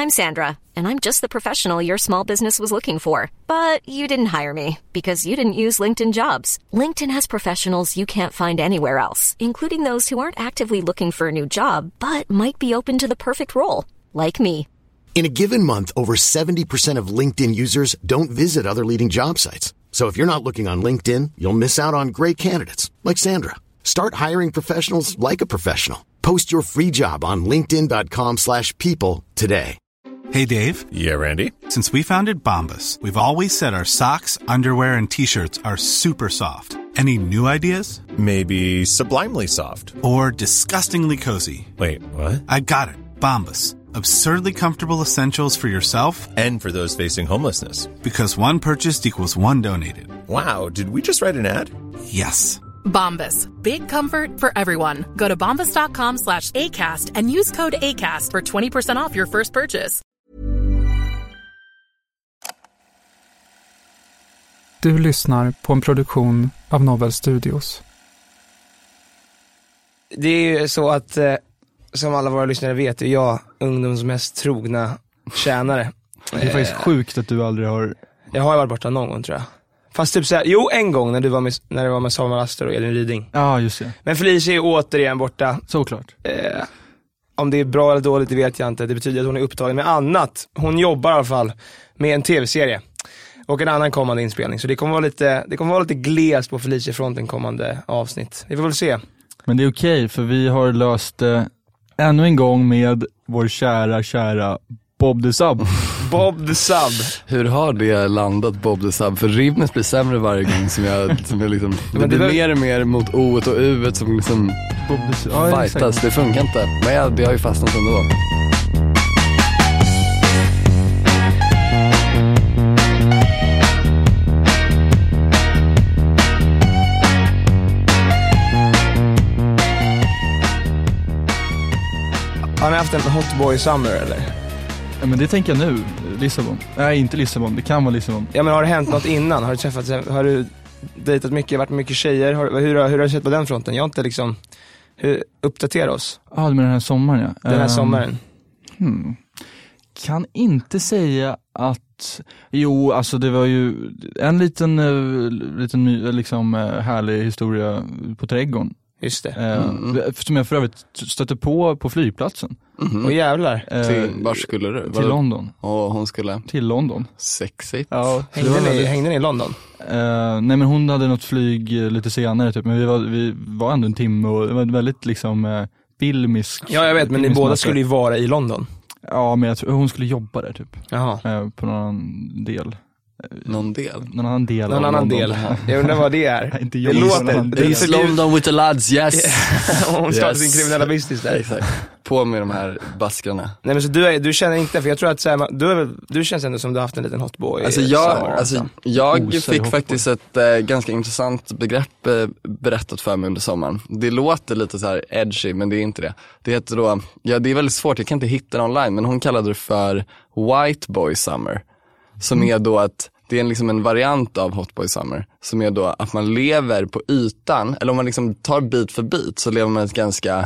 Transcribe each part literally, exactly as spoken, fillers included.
I'm Sandra, and I'm just the professional your small business was looking for. But you didn't hire me because you didn't use LinkedIn Jobs. LinkedIn has professionals you can't find anywhere else, including those who aren't actively looking for a new job, but might be open to the perfect role, like me. In a given month, over seventy percent of LinkedIn users don't visit other leading job sites. So if you're not looking on LinkedIn, you'll miss out on great candidates like Sandra. Start hiring professionals like a professional. Post your free job on linkedin dot com slash people today. Hey, Dave. Yeah, Randy. Since we founded Bombas, we've always said our socks, underwear, and T-shirts are super soft. Any new ideas? Maybe sublimely soft. Or disgustingly cozy. Wait, what? I got it. Bombas. Absurdly comfortable essentials for yourself and for those facing homelessness. Because one purchased equals one donated. Wow, did we just write an ad? Yes. Bombas. Big comfort for everyone. Go to bombas dot com slash ACAST and use code ACAST for twenty percent off your first purchase. Du lyssnar på en produktion av Novel Studios. Det är ju så att, eh, som alla våra lyssnare vet, är jag ungdoms mest trogna tjänare. Det är faktiskt sjukt att du aldrig har... Jag har ju varit borta någon gång, tror jag. Fast typ såhär, jo en gång när du var med, när du var med Samuel Astor och Elin Ryding. Ja, just det. Men Felicia är återigen borta. Såklart. Eh, om det är bra eller dåligt, det vet jag inte. Det betyder att hon är upptagen med annat. Hon jobbar i alla fall med en tv-serie. Och en annan kommande inspelning. Så det kommer vara lite, det kommer vara lite glest på Felicia-fronten kommande avsnitt. Vi får väl se. Men det är okej, för vi har löst det eh, ännu en gång med vår kära, kära Bob the Sub. Bob the Sub. Hur har det landat, Bob the Sub? För rimmet blir sämre varje gång som jag, som jag liksom... Det blir det... mer och mer mot o-et och u-et som liksom Bob the Sub. Ja, fightas. Det funkar inte. Men jag, det har ju fastnat ändå. Har ni haft en hot boy summer eller? Ja, men det tänker jag nu. Lissabon. Nej, inte Lissabon. Det kan vara Lissabon. Ja, men har det hänt något innan? Har du träffat, har du dejtat mycket, varit med mycket tjejer? Har, hur, hur har du sett på den fronten? Jag har inte liksom... Hur, uppdatera oss. Ja, ah, med den här sommaren, ja. Den här um, sommaren. Hmm. Kan inte säga att... Jo, alltså det var ju en liten, uh, liten liksom, uh, härlig historia på trädgården. Just det. Mm. Uh, som jag för övrigt stötte på på flygplatsen. Mm-hmm. Och jävlar. Uh, till, var skulle du? Till var London. Och hon skulle? Till London. Sexigt. Ja, hängde, ni, väldigt... hängde ni i London? Uh, nej, men hon hade något flyg lite senare typ. Men vi var, vi var ändå en timme och det var väldigt liksom uh, filmisk. Ja, jag vet, men ni båda skulle ju vara i London. Ja, men jag tror hon skulle jobba där typ. Jaha. Uh, på någon del. Någon del? Någon annan del. Någon annan London. Del. Jag undrar vad det är. inte det låter. Det är London with the lads, yes. Hon startar yes. sin kriminella business där. Exakt. På med de här baskrarna. Nej, men så du, är, du känner inte, för jag tror att så här, du, är, du känns ändå som du har haft en liten hotboy. Alltså jag, alltså, jag Osar fick faktiskt ett äh, ganska intressant begrepp äh, berättat för mig under sommaren. Det låter lite så här edgy, men det är inte det. Det heter då, ja det är väldigt svårt, jag kan inte hitta det online, men hon kallade det för White Boy Summer. Som mm. är då att det är en, liksom en variant av Hot Boy Summer som är då att man lever på ytan, eller om man liksom tar bit för bit så lever man ett ganska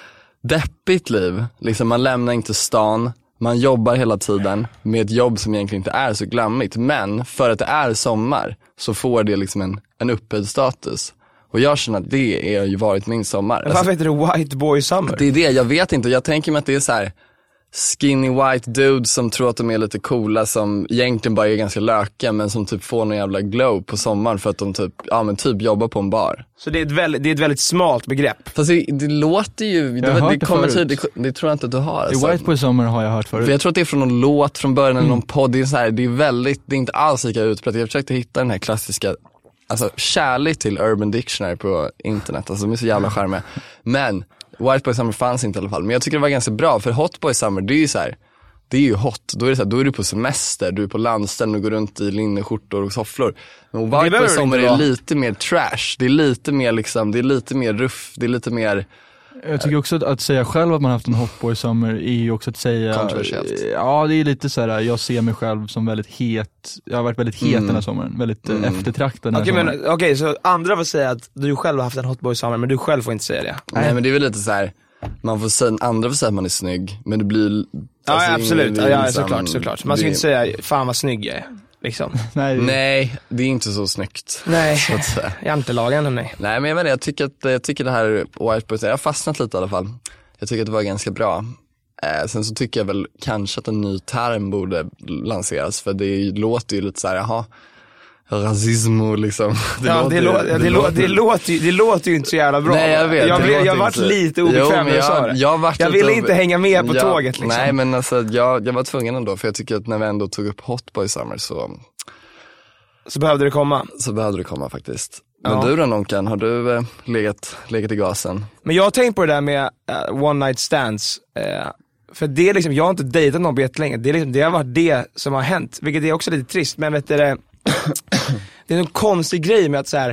deppigt liv. Liksom man lämnar inte stan, man jobbar hela tiden med ett jobb som egentligen inte är så glammigt, men för att det är sommar så får det liksom en, en upphöjd status. Och jag känner att det är ju varit min sommar. Men varför heter det White Boy Summer? Det är det, jag vet inte. Jag tänker mig att det är så här skinny white dudes som tror att de är lite coola, som egentligen bara är ganska löka, men som typ får någon jävla glow på sommaren för att de typ, ja, men typ jobbar på en bar. Så det är ett väldigt, det är ett väldigt smalt begrepp. Fast det, det låter ju, det, det, det kommer till, det, det tror jag inte att du har. Alltså. White Boy Summer har jag hört förut. För jag tror att det är från någon låt från början, mm. eller någon podd. Det är så här, det är väldigt, det är inte alls lika utbrett. Jag försökte hitta den här klassiska, alltså kärlek till Urban Dictionary på internet. Alltså de är så jävla charmiga. Men White Boy Summer fanns inte i alla fall. Men jag tycker det var ganska bra, för Hot Boy Summer, det är ju så här, det är ju hot. Då är det så här, då är du på semester, du är på landställen och går runt i linneskjortor och sofflor. Men White Boy Summer är lite mer trash. Det är lite mer liksom, det är lite mer ruff, det är lite mer. Jag tycker också att, att säga själv att man har haft en Hot Boy Summer är ju också att säga kontroversiellt. Ja, det är lite så här, jag ser mig själv som väldigt het. Jag har varit väldigt het mm. den här sommaren, väldigt mm. eftertraktad den här Okej, sommaren. men okej, så andra får säga att du själv har haft en Hot Boy Summer, men du själv får inte säga det. Nej, men det är väl lite så här, man får säga, andra får säga att man är snygg, men det blir Ja, alltså, absolut, det är ja, liksom, såklart, såklart. Man ska det... inte säga, fan vad snygg jag är. Liksom. Nej. Nej, det är inte så snyggt. Nej, så att säga. jantelagen, nej. Nej, men jag menar, jag tycker att jag tycker det här Whiteboard, jag har fastnat lite i alla fall. Jag tycker att det var ganska bra. Eh, sen så tycker jag väl kanske att en ny term borde lanseras, för det låter ju lite så här, jaha, rasism och liksom. Det, ja, låter, det, lå- det, det, låter, det, låter ju, det låter ju inte så jävla bra. Nej, jag vet. Jag, blev, jag varit lite obekväm när jag sa det. Jag, jag ville inte hänga med på jag, tåget liksom. Nej, men alltså jag, jag var tvungen ändå, för jag tycker att när vi ändå tog upp Hot Boy Summer så Så behövde det komma. Så behövde det komma faktiskt. Men ja. Du då Nonkan, har du eh, legat, legat i gasen? Men jag har tänkt på det där med uh, one night stands. Uh, för det är liksom, jag har inte dejtat någon på jättelänge. Det, är liksom, det har varit det som har hänt. Vilket är också lite trist. Men vet du, det, det är en konstig grej med att så här,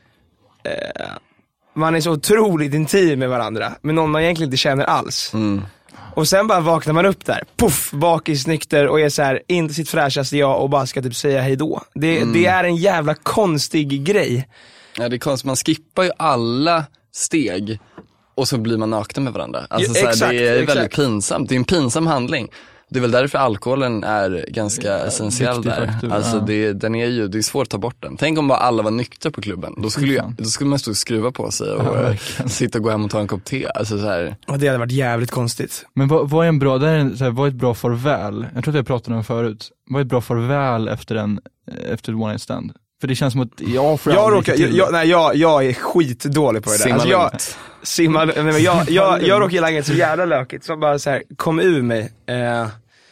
uh, man är så otroligt intim med varandra. Men någon man egentligen inte känner alls. Mm. Och sen bara vaknar man upp där, puff, bakis, nykter och är så här, inte sitt fräschaste jag och bara ska typ säga hej då. Det, mm. det är en jävla konstig grej. Ja, det är konstigt, man skippar ju alla steg och så blir man nakna med varandra. Alltså ja, så här, exakt, det är exakt. väldigt pinsamt, det är en pinsam handling. Det är väl därför alkoholen är ganska ja, essentiell där. Faktor, alltså ja. det, den är ju, det är svårt att ta bort den. Tänk om bara alla var nyktra på klubben. Då skulle, ju, då skulle man stå och skruva på sig och ja, sitta och gå hem och ta en kopp te. Alltså så här. Och det hade varit jävligt konstigt. Men vad, vad är en bra, det är en, så här, vad är ett bra farväl? Jag tror att jag pratade om det förut. Vad är ett bra farväl efter en efter ett one night stand? För det känns som att jag får jag råkar, jag, jag, nej, jag, jag är skitdålig på det där. Simma alltså jag, simma, men jag, jag, jag råkar gilla inget så jävla lökigt som bara så här kom ur mig. Eh,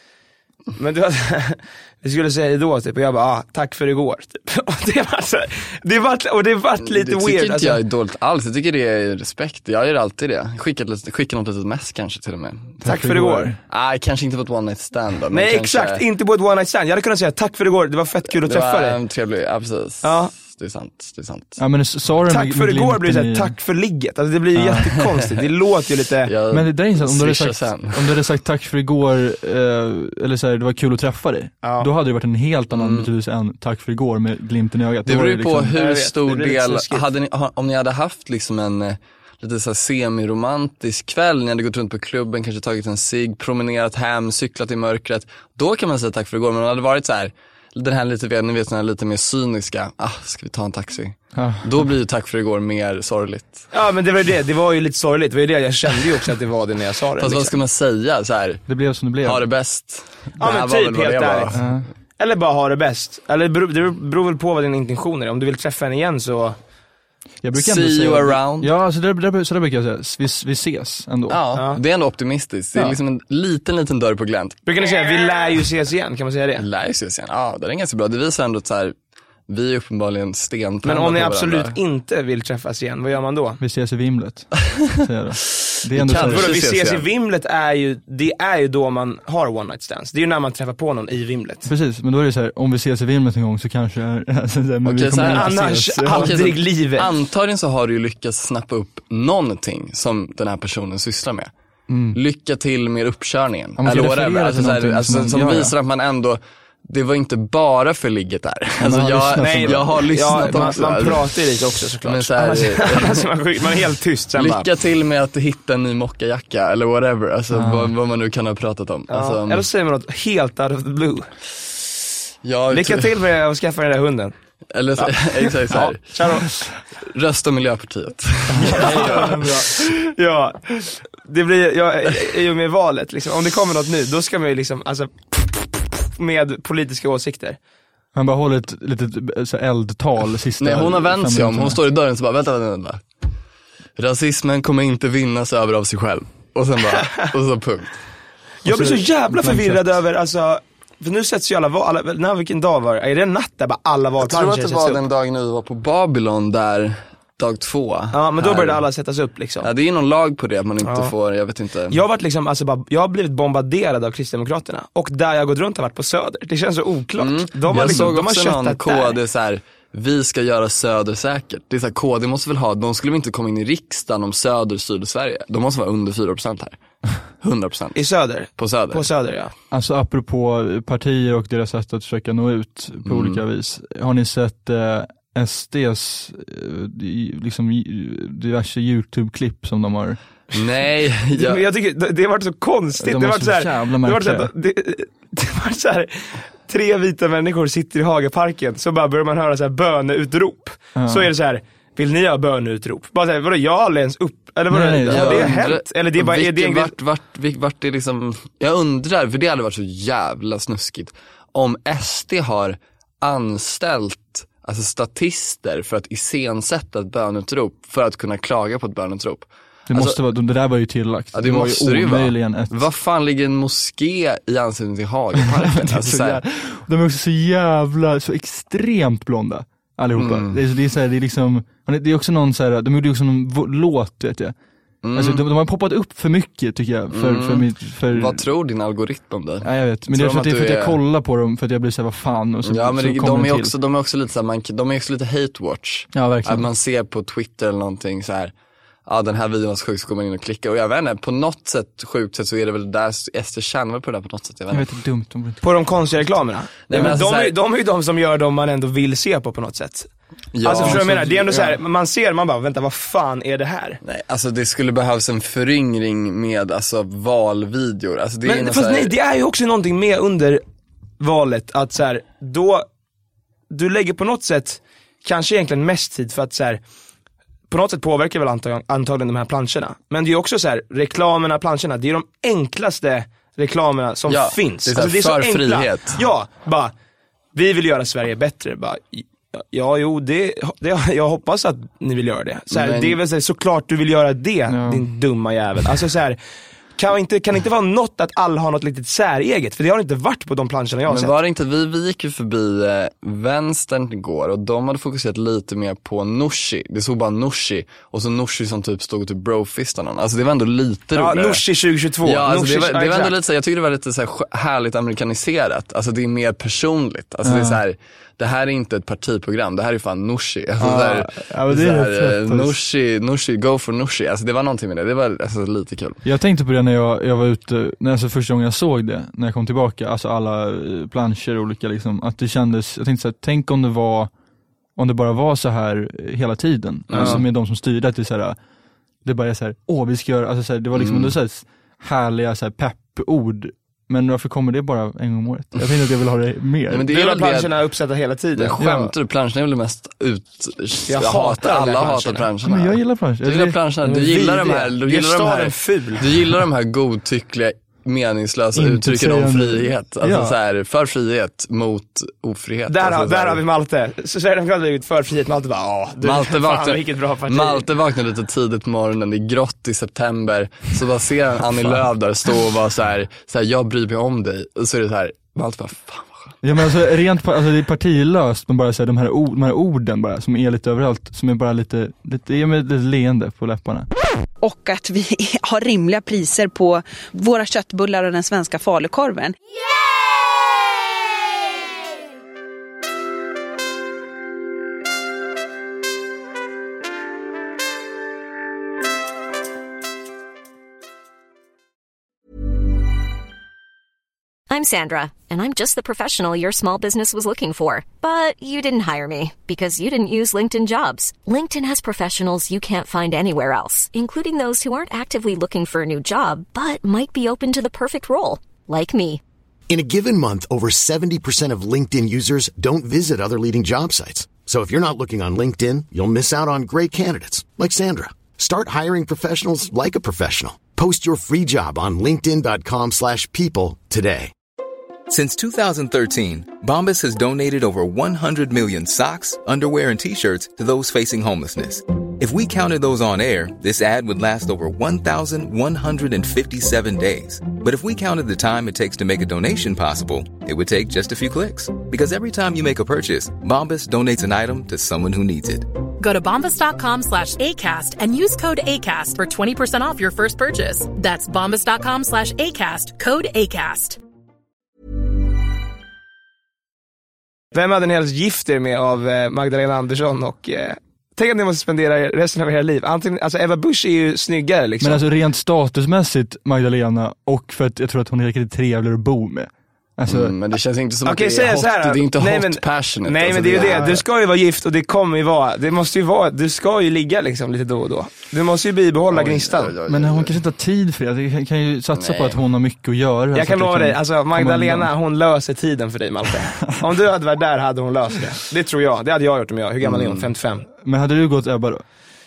men du vi skulle säga då typ och jag bara ah, tack för igår typ. Och det var så det var och det var lite det weird. Det tycker inte alltså. jag är dåligt alls. Jag tycker det är respekt. Jag gör alltid det. Skicka lite skicka något litet mess kanske till och med. Tack, tack för igår. Nej, kanske inte på ett one night stand då, men nej, kanske... exakt, inte på ett one night stand. Jag hade kunnat säga tack för igår. Det var fett kul att det träffa dig. Det var trevligt, ja precis. Ja. Det är sant, det är sant. Ja, men sa tack med, för med igår blir det i... såhär, tack för ligget. Alltså det blir ju ja. jättekonstigt. Det låter ju lite... Jag men det där är intressant, om du hade sagt, sen. om du hade sagt tack för igår, eh, eller såhär, det var kul att träffa dig. Ja. Då hade det varit en helt annan mm. betydelse än tack för igår med glimten i ögat. Det beror ju det på liksom... hur stor del, hade ni, om ni hade haft liksom en lite så här semi-romantisk kväll, ni hade gått runt på klubben, kanske tagit en cigg, promenerat hem, cyklat i mörkret, då kan man säga tack för igår. Men om det hade varit så här, den här lite, ni vet, den här lite mer cyniska, ah, ska vi ta en taxi? Ah. Då blir ju tack för igår mer sorgligt. Ja, men det var det, det var ju lite sorgligt. Det var ju det, jag kände ju också att det var det när jag sa det. Fast liksom. Vad ska man säga så här? Det blev som det blev. Ha det bäst. Ja, men typ helt ärligt. Uh. Eller bara ha det bäst. Eller det beror, det beror väl på vad din intention är. Om du vill träffa henne igen så... Jag brukar See ändå säga, you around. Ja, alltså det, det, så där brukar jag säga, vi, vi ses ändå. Ja, ja, det är ändå optimistiskt. Det är ja. liksom en liten, liten dörr på glänt. Brukar ni säga, vi lär ju ses igen, kan man säga det? Vi lär ju ses igen, ja, det är ganska bra. Det visar ändå att så här, vi är uppenbarligen stentrända. Men om ni absolut varandra. inte vill träffas igen, vad gör man då? Vi ses i Vimlet. Det är ändå kan, så vi ses, ses i Vimlet är ju, det är ju då man har one night stands. Det är ju när man träffar på någon i Vimlet. Precis, men då är det så här, om vi ses i Vimlet en gång så kanske alltså, men okay, vi så här, annars ses. aldrig okay, livet. Antagligen så har du ju lyckats snappa upp någonting som den här personen sysslar med. Mm. Lycka till med uppkörningen. Ja, eller whatever. Alltså, så här, alltså, som, som ja, visar ja. att man ändå, det var inte bara för ligget där. Alltså, har jag, nej, jag har lyssnat ja, också. Man, man pratar ju lite också såklart. Men så här, alltså, man, man är helt tyst. Sen lycka bara. till med att hitta en ny mockajacka eller whatever. Alltså ja. vad, vad man nu kan ha pratat om. Ja. Alltså, eller så säger man något helt out of the blue. Ja, lycka till med att skaffa den där hunden. Eller så, ja. exakt så här. Ja, rösta Miljöpartiet. Ja, det blir, jag är ju med valet liksom. Om det kommer något nu, då ska man ju liksom, alltså, med politiska åsikter. Han bara håller ett litet så eldtal sista. Nej, hon har vänt sig om, hon står i dörren så bara, vänta, vänta, vänta. Rasismen kommer inte vinnas över av sig själv. Och sen bara, och så punkt. Jag blir så jävla förvirrad över, alltså, för nu sätts ju alla val, alla, när, vilken dag var det? Är det en natt där bara alla valplanscher sätts upp? Jag tror att det var den dagen nu var på Babylon där, dag två. Ja, men då här. började alla sättas upp liksom. Ja, det är någon lag på det, att man inte ja. får, jag vet inte. Jag har varit liksom, alltså bara, jag har blivit bombarderad av Kristdemokraterna. Och där jag gått runt har varit på Söder. Det känns så oklart. Mm. De har jag liksom, såg de också har någon kod så här, vi ska göra Söder säkert. Det är så här, K D måste väl ha, de skulle väl inte komma in i riksdagen om Söder, Syd och Sverige. De måste vara under fyra procent här. hundra procent. I Söder? På Söder. På Söder, ja. Alltså apropå partier och deras sätt att försöka nå ut på mm. olika vis. Har ni sett eh, S D:s eh, liksom diverse YouTube-klipp som de har Nej, jag, jag tycker det, det har varit så konstigt. De det har varit så här, jävla det har varit så här, det, det har varit så här tre vita människor sitter i Hagaparken, så bara börjar man höra så här böneutrop. Ja. Så är det så här, vill ni ha böneutrop? Bara så här, vadå, jag har aldrig ens upp, eller vadå, nej, nej, har det undrar, hänt? Eller det är bara, vilken, är det en... vart, vart, vart, vart det liksom, jag undrar, för det hade varit så jävla snuskigt om S D har anställt alltså statister för att iscensätta ett bönutrop för att kunna klaga på ett bönutrop. Det alltså, måste vara, det där var ju tillagt. Ja, det, det måste var ju omöjligen vara. Ett... Vad fan ligger en moské i anslutning till Hagaparken? Alltså, så här... De är också så jävla, så extremt blonda allihopa. Mm. Det, är, det, är så här, det är liksom, det är också någon så här, de gjorde ju också någon låt, vet jag. Mm. Alltså, de, de har poppat upp för mycket tycker jag. För, mm. för, mitt, för... Vad tror din algoritm om det? Ja, jag vet, men det är för att, det är för att jag är... kollar på dem för att jag blir såhär, vad fan. Och så, ja, men så det, de, är också, de är också lite så här, man, de är också lite hate watch. Ja, verkligen. Att man ser på Twitter eller någonting så här. Ja, den här videon var så sjuk, så går man in och klickar. Och jag vet inte, på något sätt, sjukt sätt så är det väl där S D tjänar på det där på något sätt. Jag vet, jag vet det är dumt. De... På de konstiga reklamerna? Nej, men alltså, de, är, här... de är ju de som gör dem man ändå vill se på på något sätt. Ja, alltså förstår du vad jag menar? Det är ändå ja. så här, man ser, man bara, vänta, vad fan är det här? Nej, alltså det skulle behövas en föryngring med alltså valvideor. Alltså, det men är fast här... nej, det är ju också någonting med under valet att så här, då du lägger på något sätt kanske egentligen mest tid för att så här, på något sätt påverkar väl antag, antagligen de här planscherna. Men det är också så här, reklamerna, planscherna, det är de enklaste reklamerna som ja, finns. Det är, så här, alltså, det är för så enkla. frihet. Ja, bara, vi vill göra Sverige bättre. Bara, ja, jo, det, det, jag hoppas att ni vill göra det. Så här, men... Det är väl så här, såklart du vill göra det, ja. Din dumma jävel. Alltså så här, kan inte, kan inte vara något att alla har något litet säreget, för det har inte varit på de planscherna jag har men sett. Men var det inte, vi, vi gick ju förbi eh, vänstern igår och de hade fokuserat lite mer på Nooshi. Det såg bara Nooshi och så Nooshi som typ stod och typ brofistade någon. Alltså det var ändå lite roligare. Ja, Nooshi tjugohundratjugotvå. Ja, alltså Nooshi, det var, det var ja, ändå lite så, jag tycker det var lite så här härligt amerikaniserat. Alltså det är mer personligt. Alltså ja. Det är så här, det här är inte ett partiprogram, det här är fan Nooshi. Alltså ja, där, ja, men det är här, uh, Nooshi, Nooshi, go for Nooshi. Alltså det var någonting med det, det var alltså, lite kul. Jag tänkte på det när jag, jag var ute, när alltså första gången jag såg det, när jag kom tillbaka, alltså alla planscher olika liksom, att det kändes, jag tänkte så här, tänk om det var, om det bara var så här hela tiden. Ja. Alltså med de som styrde, att det så här, det bara är så här, åh vi ska göra, alltså så här, det var liksom mm. så här, härliga så här peppord. Men varför kommer det bara en gång om året? Jag tänkte att jag vill ha det mer. Ja, men det är väl planscherna uppsatta hela tiden. Men skämtar du? Planscherna är väl mest ut... Jag, jag hatar alla hatar planscherna. Men jag gillar planscherna. Du gillar planscherna. Du gillar de här... Du gillar de här, ful. Du gillar de här godtyckliga, meningslösa uttrycken om frihet. Alltså ja. Så här, för frihet mot ofrihet. Där, alltså, där har vi Malte. Så Sverigedemokraterna ut för frihet. Malte bara, åh, du, Malte vaknar, vilket bra parti. Malte vaknar lite tidigt på morgonen, det är grått i september. Så bara ser han Annie Lööf där stå och vara så här, så här, jag bryr mig om dig. Och så är det så här, Malte bara, fan vad skönt. Ja men alltså rent, alltså det är partilöst, men bara så här, de här, ord, de här orden bara, som är lite överallt, som är bara lite, lite, är med lite leende på läpparna. Och att vi har rimliga priser på våra köttbullar och den svenska falukorven. I'm Sandra, and I'm just the professional your small business was looking for. But you didn't hire me because you didn't use LinkedIn Jobs. LinkedIn has professionals you can't find anywhere else, including those who aren't actively looking for a new job, but might be open to the perfect role, like me. In a given month, over seventy percent of LinkedIn users don't visit other leading job sites. So if you're not looking on LinkedIn, you'll miss out on great candidates, like Sandra. Start hiring professionals like a professional. Post your free job on linkedin dot com slash people today. Since two thousand thirteen, Bombas has donated over one hundred million socks, underwear, and T-shirts to those facing homelessness. If we counted those on air, this ad would last over one thousand one hundred fifty-seven days. But if we counted the time it takes to make a donation possible, it would take just a few clicks. Because every time you make a purchase, Bombas donates an item to someone who needs it. Go to bombas.com slash ACAST and use code ACAST for twenty percent off your first purchase. That's bombas.com slash ACAST, code ACAST. Vem hade ni helst gift er med av eh, Magdalena Andersson och... Eh, tänk att ni måste spendera resten av era liv. Antingen, alltså Eva Busch är ju snyggare liksom. Men alltså rent statusmässigt Magdalena, och för att jag tror att hon är riktigt trevligare att bo med. Alltså, mm, men det känns inte som okay, att det är hot, så här, det är inte nej, hot men, passionate. Nej alltså, men det är ju det. det, du ska ju vara gift och det kommer ju vara, det måste ju vara, du ska ju ligga liksom lite då och då. Du måste ju bibehålla oj, gnistan. Oj, oj, oj, men hon kanske inte har tid för det, jag kan ju satsa nej. på att hon har mycket att göra. Jag kan lova dig, alltså Magdalena hon löser tiden för dig Malte. Om du hade varit där hade hon löst det. Det tror jag, det hade jag gjort om jag, hur gammal mm. är hon? femtiofem. Men hade du gått Ebba då?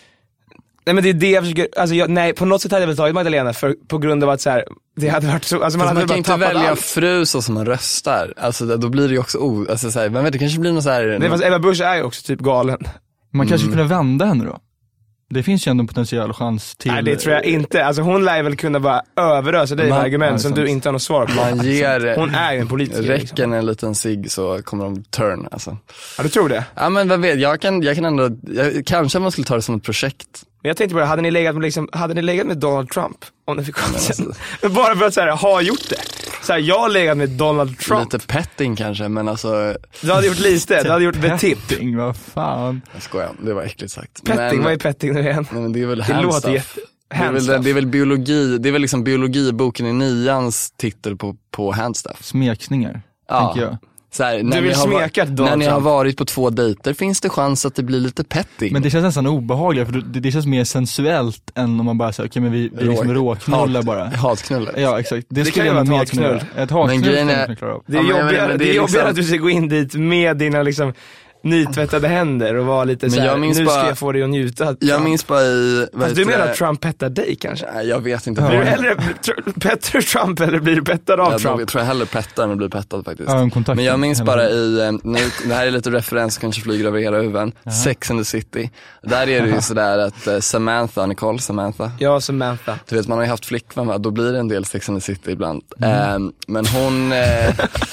Nej men det är det jag försöker, alltså jag, nej på något sätt hade jag väl tagit Magdalena för, på grund av att så här, det hade varit så, alltså man, hade man kan inte välja allt. fru så som man röstar, alltså då blir det ju också, oh, alltså så här, vem vet, det kanske blir något så här. Det fast Ebba Busch är ju också typ galen. Man mm. kanske kunde vända henne då. Det finns ju ändå en potentiell chans till. Nej det tror jag inte, alltså hon lär väl kunna bara överösa dig med argument ja, som du inte har något svar på. Man ger, hon är ju en politiker. Räcker liksom. En liten cigg så kommer de turn alltså. Ja du tror det? Ja men vad vet, jag kan, jag kan ändå, jag, kanske man skulle ta det som ett projekt. Men jag tänkte på det, hade ni legat med, liksom, hade ni legat med Donald Trump? Om ni fick chansen. Men alltså, bara för att så här, ha gjort det. Så här, jag har legat med Donald Trump. Lite petting kanske, men alltså. Du hade gjort lite, du hade gjort the tip. Petting, vad fan. Jag skojar, det var äckligt sagt. Petting, men, vad är petting nu igen? Nej, men det är väl det låter jätte... Det är, väl, det är väl biologi, det är väl liksom biologiboken i nians titel på, på handstuff. Smekningar, ja. tänker jag. Så här, när du vill ni, smeka har, när ni har varit på två dejter finns det chans att det blir lite petting. Men det känns nästan obehagligt, för det, det känns mer sensuellt än om man bara säger okej okay, men vi, vi liksom råknullar bara. Hatknull. Ja exakt. Det, det kan ju vara ett hatknull. Ett hatknull. Men grejen är, det är ja, jobbigare, det är jobbigare liksom... att du ska gå in dit med dina liksom nytvättade händer och vara lite så här, nu ska bara, jag få dig att njuta. Jag minns bara i... Alltså, du menar att Trump pettar dig kanske? Nej, jag vet inte. Blir du hellre pettar Trump eller blir du pettad av jag Trump? Jag tror jag hellre pettar än blir pettad faktiskt. Ja, men jag minns bara i, nu, det här är lite referens, kanske flyger över hela huvuden, uh-huh. Sex and the City. Där är det ju sådär att uh, Samantha, Nicole Samantha. Ja, Samantha. Du vet, man har ju haft flickvän, va? Då blir det en del Sex and the City ibland. Mm. Uh, men hon... Uh,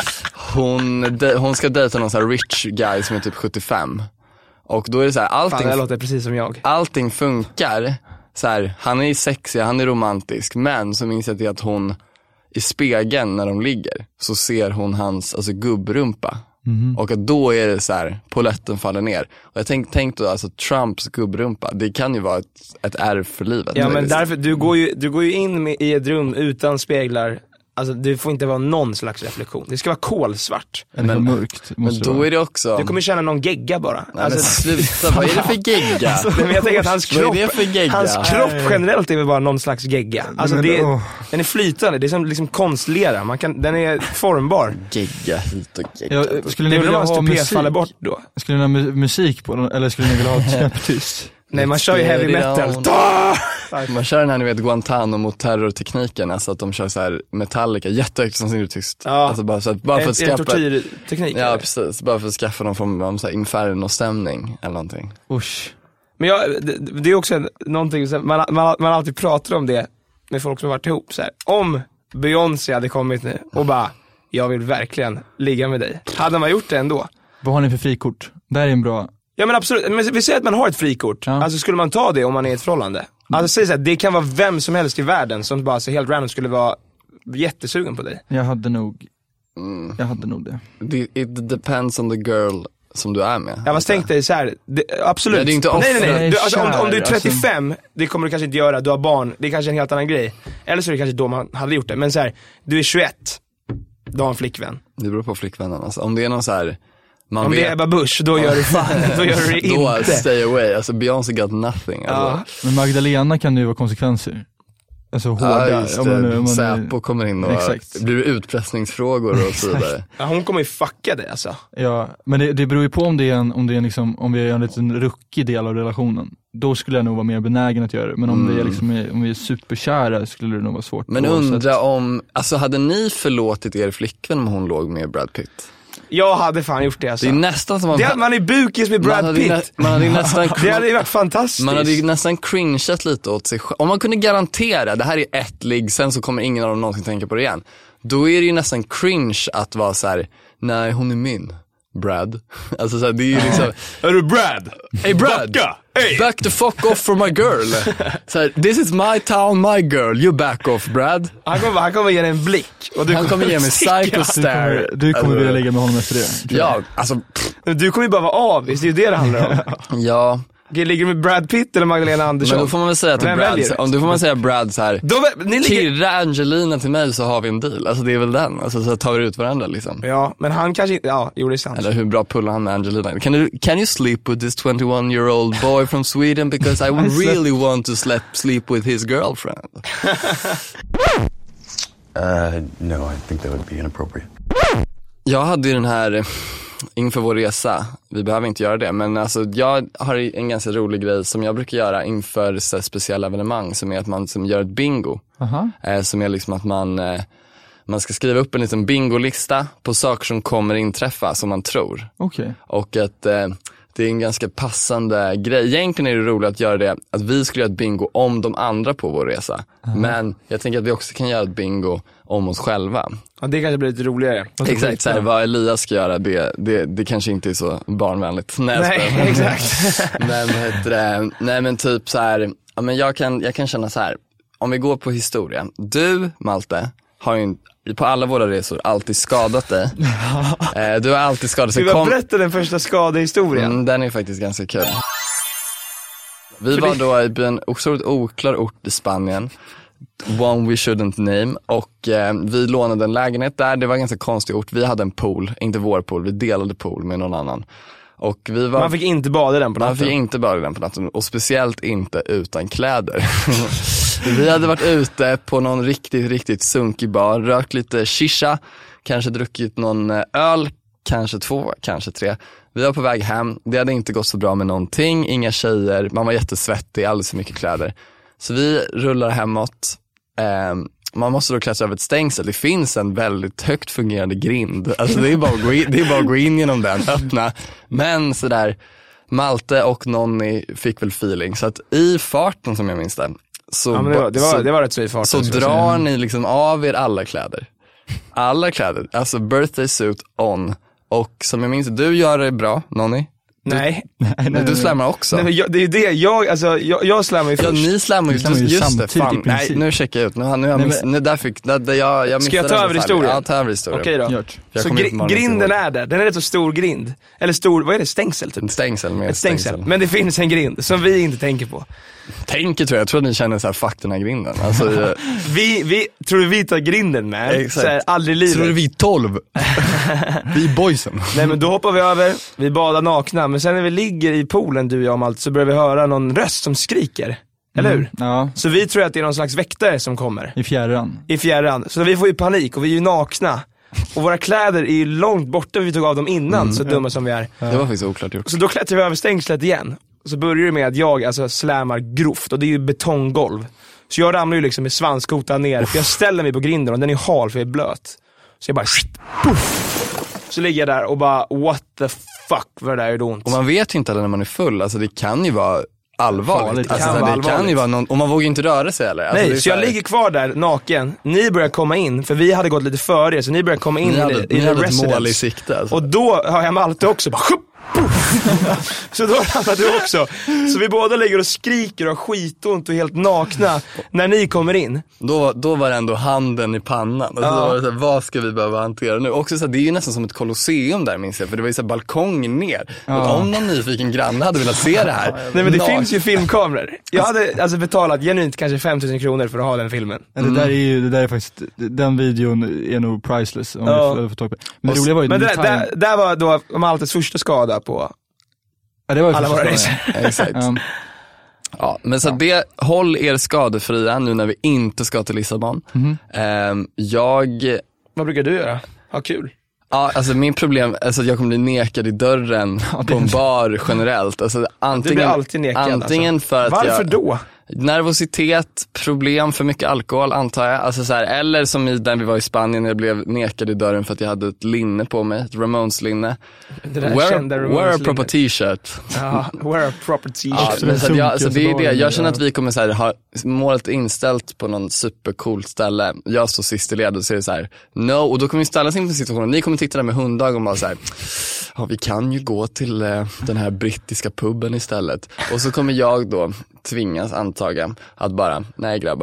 hon, de, hon ska dejta någon sån här rich guy som är typ sjuttiofem. Och då är det så här, allting, fan, det låter precis som jag. Allting funkar så här, han är sexig, han är romantisk, men så minns jag det att hon i spegeln när de ligger så ser hon hans alltså gubbrumpa. Mm. Och att då är det så här, poletten faller ner. Och jag tänkte tänk då, alltså Trumps gubbrumpa, det kan ju vara ett, ett ärv för livet. Ja men därför, du går ju, du går ju in med, i ett rum utan speglar. Alltså det får inte vara någon slags reflektion. Det ska vara kolsvart. Eller mörkt. Men då är det också... Du kommer känna någon gegga bara. Nej, alltså, men sluta, vad är det för gegga? Alltså, men jag tänker att hans kropp, vad är det för gegga? Hans kropp generellt är väl bara någon slags gegga. Alltså det är, den är flytande, det är som liksom konstlera. Man kan, den är formbar. Gegga hit och gegga. Jag, skulle ni vilja ha musik? Faller bort då? Skulle ni ha musik på den? Eller skulle ni vilja ha knäpptyst? Nej, man kör ju heavy metal. Man kör den här, ni vet, Guantanamo mot terrortekniken. Alltså att de kör så här Metallica, jättehögt som ser tyst. Ja, alltså bara, så att, bara för att skaffa... tortyrteknik. Ja, precis. Bara för att skaffa någon form av så här inferno-stämning eller någonting. Usch. Men jag, det, det är också en, någonting, man, man, man alltid pratar om det med folk som har varit ihop. Så här. Om Beyoncé hade kommit nu och bara, jag vill verkligen ligga med dig. Hade man gjort det ändå? Vad har ni för frikort? Det här är en bra... Ja men absolut, men vi säger att man har ett frikort. Ja. Alltså skulle man ta det om man är i ett förhållande? Alltså säg så här, det kan vara vem som helst i världen som bara så helt random skulle vara jättesugen på dig. Jag hade nog mm. Jag hade nog det. It depends on the girl som du är med. Ja, vad tänk dig så här, det, absolut. Ja, det är inte nej, nej, nej. Du, alltså, kär, om, om du är trettiofem, alltså. Det kommer du kanske inte göra, du har barn, det är kanske en helt annan grej. Eller så är det kanske då man hade gjort det. Men så här, du är tjugoett, du har en flickvän. Det beror på flickvännen. Alltså, om det är någon så här... Man om vet... det är Ebba Busch, då gör du fan, då gör du det inte. Då stay away, alltså Beyoncé got nothing. Alltså. Ja. Men Magdalena kan ju vara konsekvenser. Alltså hårda. Ja, just det. Om man, om man Säpo kommer in och exakt. Blir det utpressningsfrågor och så vidare. Ja, hon kommer ju fucka det alltså. Ja, men det, det beror ju på om det är en, om det är liksom, om vi är en liten ruckig del av relationen. Då skulle jag nog vara mer benägen att göra det. Men om mm. vi är liksom, om vi är superkära skulle det nog vara svårt. Men undra om, alltså hade ni förlåtit er flickvän om hon låg med Brad Pitt? Jag hade fan gjort det alltså. Det är nästan som man... Det, man är bukis med Brad man Pitt. Nä, man hade nästan... det hade ju varit fantastiskt. Man hade ju nästan cringeat lite åt sig själv. Om man kunde garantera, det här är ett ligg, sen så kommer ingen av dem någonsin tänka på det igen. Då är det ju nästan cringe att vara så här: nej hon är min. Brad. Alltså så här, det är ju liksom... Är du Brad? Hey Brad! Backa! Hey. Back the fuck off for my girl. Så här, this is my town, my girl. You back off, Brad. Han kommer, han kommer ge dig en blick. Och du han kommer ge mig psycho stare. Du kommer, du kommer vilja lägga med honom efter det. Ja, alltså... Du kommer ju bara vara avis, det är ju det det handlar om. Ja, Ligger du med Brad Pitt eller Magdalena Andersson? Men då får man väl säga till Brad, om du får man säga Brad så här. Då, ni ligger... Kirra Angelina till mig så har vi en deal. Alltså det är väl den, alltså så tar vi ut varandra liksom. Ja, men han kanske inte, ja, jo det är sant. Eller hur bra pullar han med Angelina. Can you, can you sleep with this twenty-one year old boy from Sweden because I really want to sleep, sleep with his girlfriend? uh, no, I think that would be inappropriate. Jag hade ju den här inför vår resa, vi behöver inte göra det, men alltså jag har en ganska rolig grej som jag brukar göra inför så speciella evenemang, som är att man som gör ett bingo. Uh-huh. eh, som är liksom att man eh, man ska skriva upp en liten bingolista på saker som kommer inträffa som man tror. Okay. Och att eh, det är en ganska passande grej. Egentligen är det roligt att göra det, att vi skulle göra ett bingo om de andra på vår resa. Uh-huh. Men jag tänker att vi också kan göra ett bingo om oss själva. Ja, det kanske blir lite roligare. Exakt, så här, vad Elias ska göra, det, det, det kanske inte är så barnvänligt. Nej, Nej exakt. men, heter det, nej men typ så här, ja, men jag, kan, jag kan känna så här, om vi går på historia. Du, Malte, har ju på alla våra resor alltid skadat dig. eh, du har alltid skadat dig. Vi var berätta den första skadehistorien. Mm, den är faktiskt ganska kul. Vi var då i en otroligt oklar ort i Spanien. One we shouldn't name. Och eh, vi lånade en lägenhet där. Det var en ganska konstig ort. Vi hade en pool, inte vår pool. Vi delade pool med någon annan. Och vi var, man fick inte bada den på natten. Man fick inte bada den på natten. Och speciellt inte utan kläder. Vi hade varit ute på någon riktigt, riktigt sunkig bar. Rökt lite shisha. Kanske druckit någon öl. Kanske två, kanske tre. Vi var på väg hem. Det hade inte gått så bra med någonting. Inga tjejer. Man var jättesvettig. Alldeles för mycket kläder. Så vi rullar hemåt. Eh, man måste då klättra över ett stängsel. Det finns en väldigt högt fungerande grind. Alltså det är bara att gå in, det är bara att gå in genom den, öppna. Men sådär, Malte och Nonni fick väl feeling. Så att i farten, som jag minns det, så, ja, men det, var, det, var, så, det var rätt så i farten. Så drar ni liksom av er alla kläder. Alla kläder, alltså birthday suit on. Och som jag minns, du gör det bra, Nonni. Du, nej. nej, nej, du slammar också. Nej, men jag, det är ju det, jag, alltså, jag, jag slammar ju först. Ja, ni slammar ju, just, just det, fan. Nej, nu checkar jag ut. Nu, nu, jag miss, nu där fick, där, där jag, jag ska jag ta över historien? Ja, ta över historien. Okej då. Så gr- grinden är där, den är rätt så stor grind. Eller stor, vad är det, stängsel typ? Stängsel med ett stängsel. stängsel. Men det finns en grind som vi inte tänker på. Tänker tror jag, jag tror att ni känner så här, fuck den här grinden. Alltså, jag... vi, vi, tror du vi tar grinden med? Exakt. Så här, aldrig livet. Tror du vi tolv? Vi är boysen. Nej men då hoppar vi över, vi badar nakna. Men sen när vi ligger i poolen, du och jag om allt, så börjar vi höra någon röst som skriker. Eller hur? Mm, ja. Så vi tror att det är någon slags väktare som kommer. I fjärran. I fjärran. Så vi får ju panik och vi är ju nakna. Och våra kläder är ju långt borta, vi tog av dem innan, mm, så dumma som vi är. Ja. Det var faktiskt oklart gjort. Så då klättrar vi över stängslet igen. Så börjar det med att jag alltså slammar grovt. Och det är ju betonggolv. Så jag ramlar ju liksom med svanskotan ner. För jag ställer mig på grinden och den är hal för jag är blöt. Så jag bara puff. Så ligger jag där och bara what the fuck, vad det där är ont. Och man vet ju inte när man är full. Alltså det kan ju vara allvarligt. Det kan, alltså, vara det allvarligt. Kan ju vara någon, och man vågar inte röra sig eller? Alltså, nej, så, så jag här... ligger kvar där naken. Ni börjar komma in, för vi hade gått lite före. Så ni börjar komma in ni i, hade, i, i ni hade residence. Ett mål i sikte alltså. Och då har jag Malte också bara så då ramlar du också. Så vi båda ligger och skriker och har skitont och helt nakna när ni kommer in. Då, då var det ändå handen i pannan. Alltså, ja. Då var det så här, vad ska vi behöva hantera nu? Också så här, det är ju nästan som ett kolosseum där, minns jag. För det var ju så här balkong ner. Ja. Och om någon nyfiken granne hade velat se det här. Nej men det nak- finns ju filmkameror. Jag hade alltså betalat genuint kanske fem tusen kronor för att ha den filmen. Mm. Det där är ju, det där är faktiskt, den videon är nog priceless om ja. vi får tag på. Men det roliga var ju men det, där, där var då Maltes första skada på ja, det var ju alla våra resor. Exakt. Um, ja, men så ja. Det, håll er skadefria nu när vi inte ska till Lissabon. Mm-hmm. Um, jag... Vad brukar du göra? Ha kul. Ja, alltså min problem är alltså att jag kommer bli nekad i dörren ja, på en bar generellt. Alltså, antingen, du blir alltid nekad. Antingen alltså. för att Varför jag, då? Nervositet, problem för mycket alkohol antar jag. Alltså så här, eller som i den vi var i Spanien när jag blev nekad i dörren för att jag hade ett linne på mig, ett Ramones-linne. Wear, wear a proper t-shirt. Ja, wear a proper t-shirt. Ja, men så jag, alltså det är det. Jag känner att vi kommer så här, ha målet inställt på någon supercoolt ställe. Jag står sist i led och säger så här, no, och då kommer vi ställa oss in på situationen. Ni kommer titta där med hunddag och bara så här, ja, vi kan ju gå till eh, den här brittiska puben istället. Och så kommer jag då tvingas antaga att bara, nej grabbar,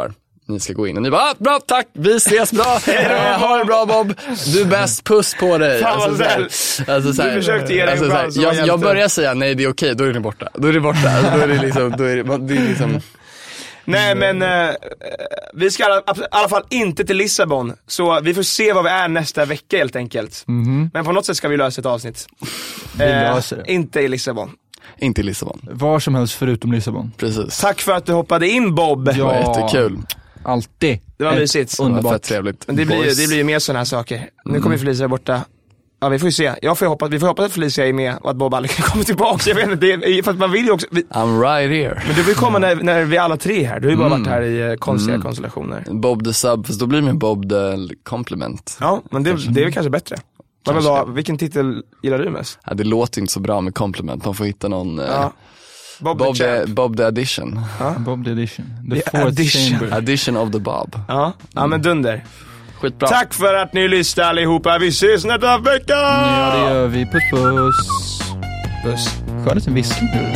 ni ska gå in. Och ni bara, ah, bra, tack, vi ses, bra. eh, ha en bra Bob, du är bäst, puss på dig. Fan, alltså, så här, alltså, så här, du försökte ge dig alltså, en så här, chans. jag, jag börjar säga nej, det är okej, då är det borta. Då är det borta. Då är det liksom, då är det, det är liksom... Nej men eh, vi ska i alla fall inte till Lissabon. Så vi får se vad vi är nästa vecka helt enkelt. Mm-hmm. Men på något sätt ska vi lösa ett avsnitt. Vi löser det. Eh, inte i Lissabon. Inte i Lissabon. Var som helst förutom Lissabon. Precis. Tack för att du hoppade in, Bob. Det var jättekul. Alltid. Det var mysigt. Underbart. Det var fett trevligt. Men det blir, det blir ju mer sådana här saker. Mm. Nu kommer Felicia borta. Ja, vi får ju se. Jag får hoppas, vi får hoppas att Felicia är med och att Bob aldrig kan komma tillbaka. Jag vet inte, det är, för att man vill ju också... Vi, I'm right here. Men du får ju komma när, när vi alla tre är här. Du har ju bara mm. varit här i konstiga mm. konstellationer. Bob the sub, fast då blir min Bob the compliment. Ja, men det, det är väl kanske bättre. Kanske. Då, vilken titel gillar du mest? Ja, det låter inte så bra med compliment. Man får hitta någon... Ja. Eh, Bob, Bob, the the, Bob the addition. Ja. Bob the addition. The, the fourth addition. chamber. Addition of the Bob. Ja, ja men dunder. Skitbra. Tack för att ni lyssnar allihopa. Vi ses nästa vecka! Ja, det gör vi. Puss, puss. Puss. Skön liten viskning nu.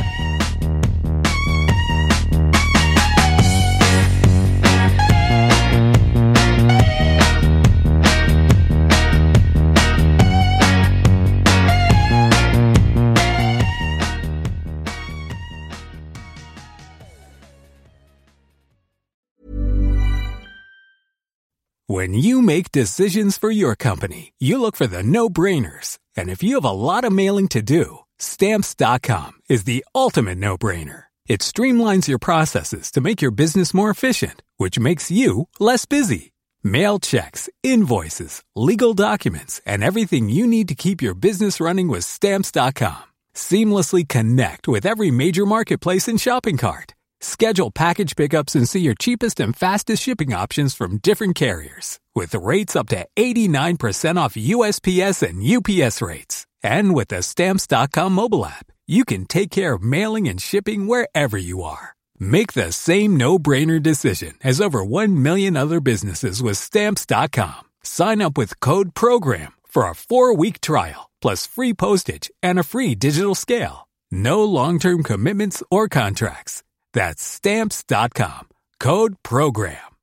When you make decisions for your company, you look for the no-brainers. And if you have a lot of mailing to do, Stamps dot com is the ultimate no-brainer. It streamlines your processes to make your business more efficient, which makes you less busy. Mail checks, invoices, legal documents, and everything you need to keep your business running with Stamps dot com. Seamlessly connect with every major marketplace and shopping cart. Schedule package pickups and see your cheapest and fastest shipping options from different carriers. With rates up to eighty-nine percent off U S P S and U P S rates. And with the Stamps dot com mobile app, you can take care of mailing and shipping wherever you are. Make the same no-brainer decision as over one million other businesses with Stamps dot com. Sign up with code PROGRAM for a four-week trial, plus free postage and a free digital scale. No long-term commitments or contracts. That's Stamps dot com. Code PROGRAM.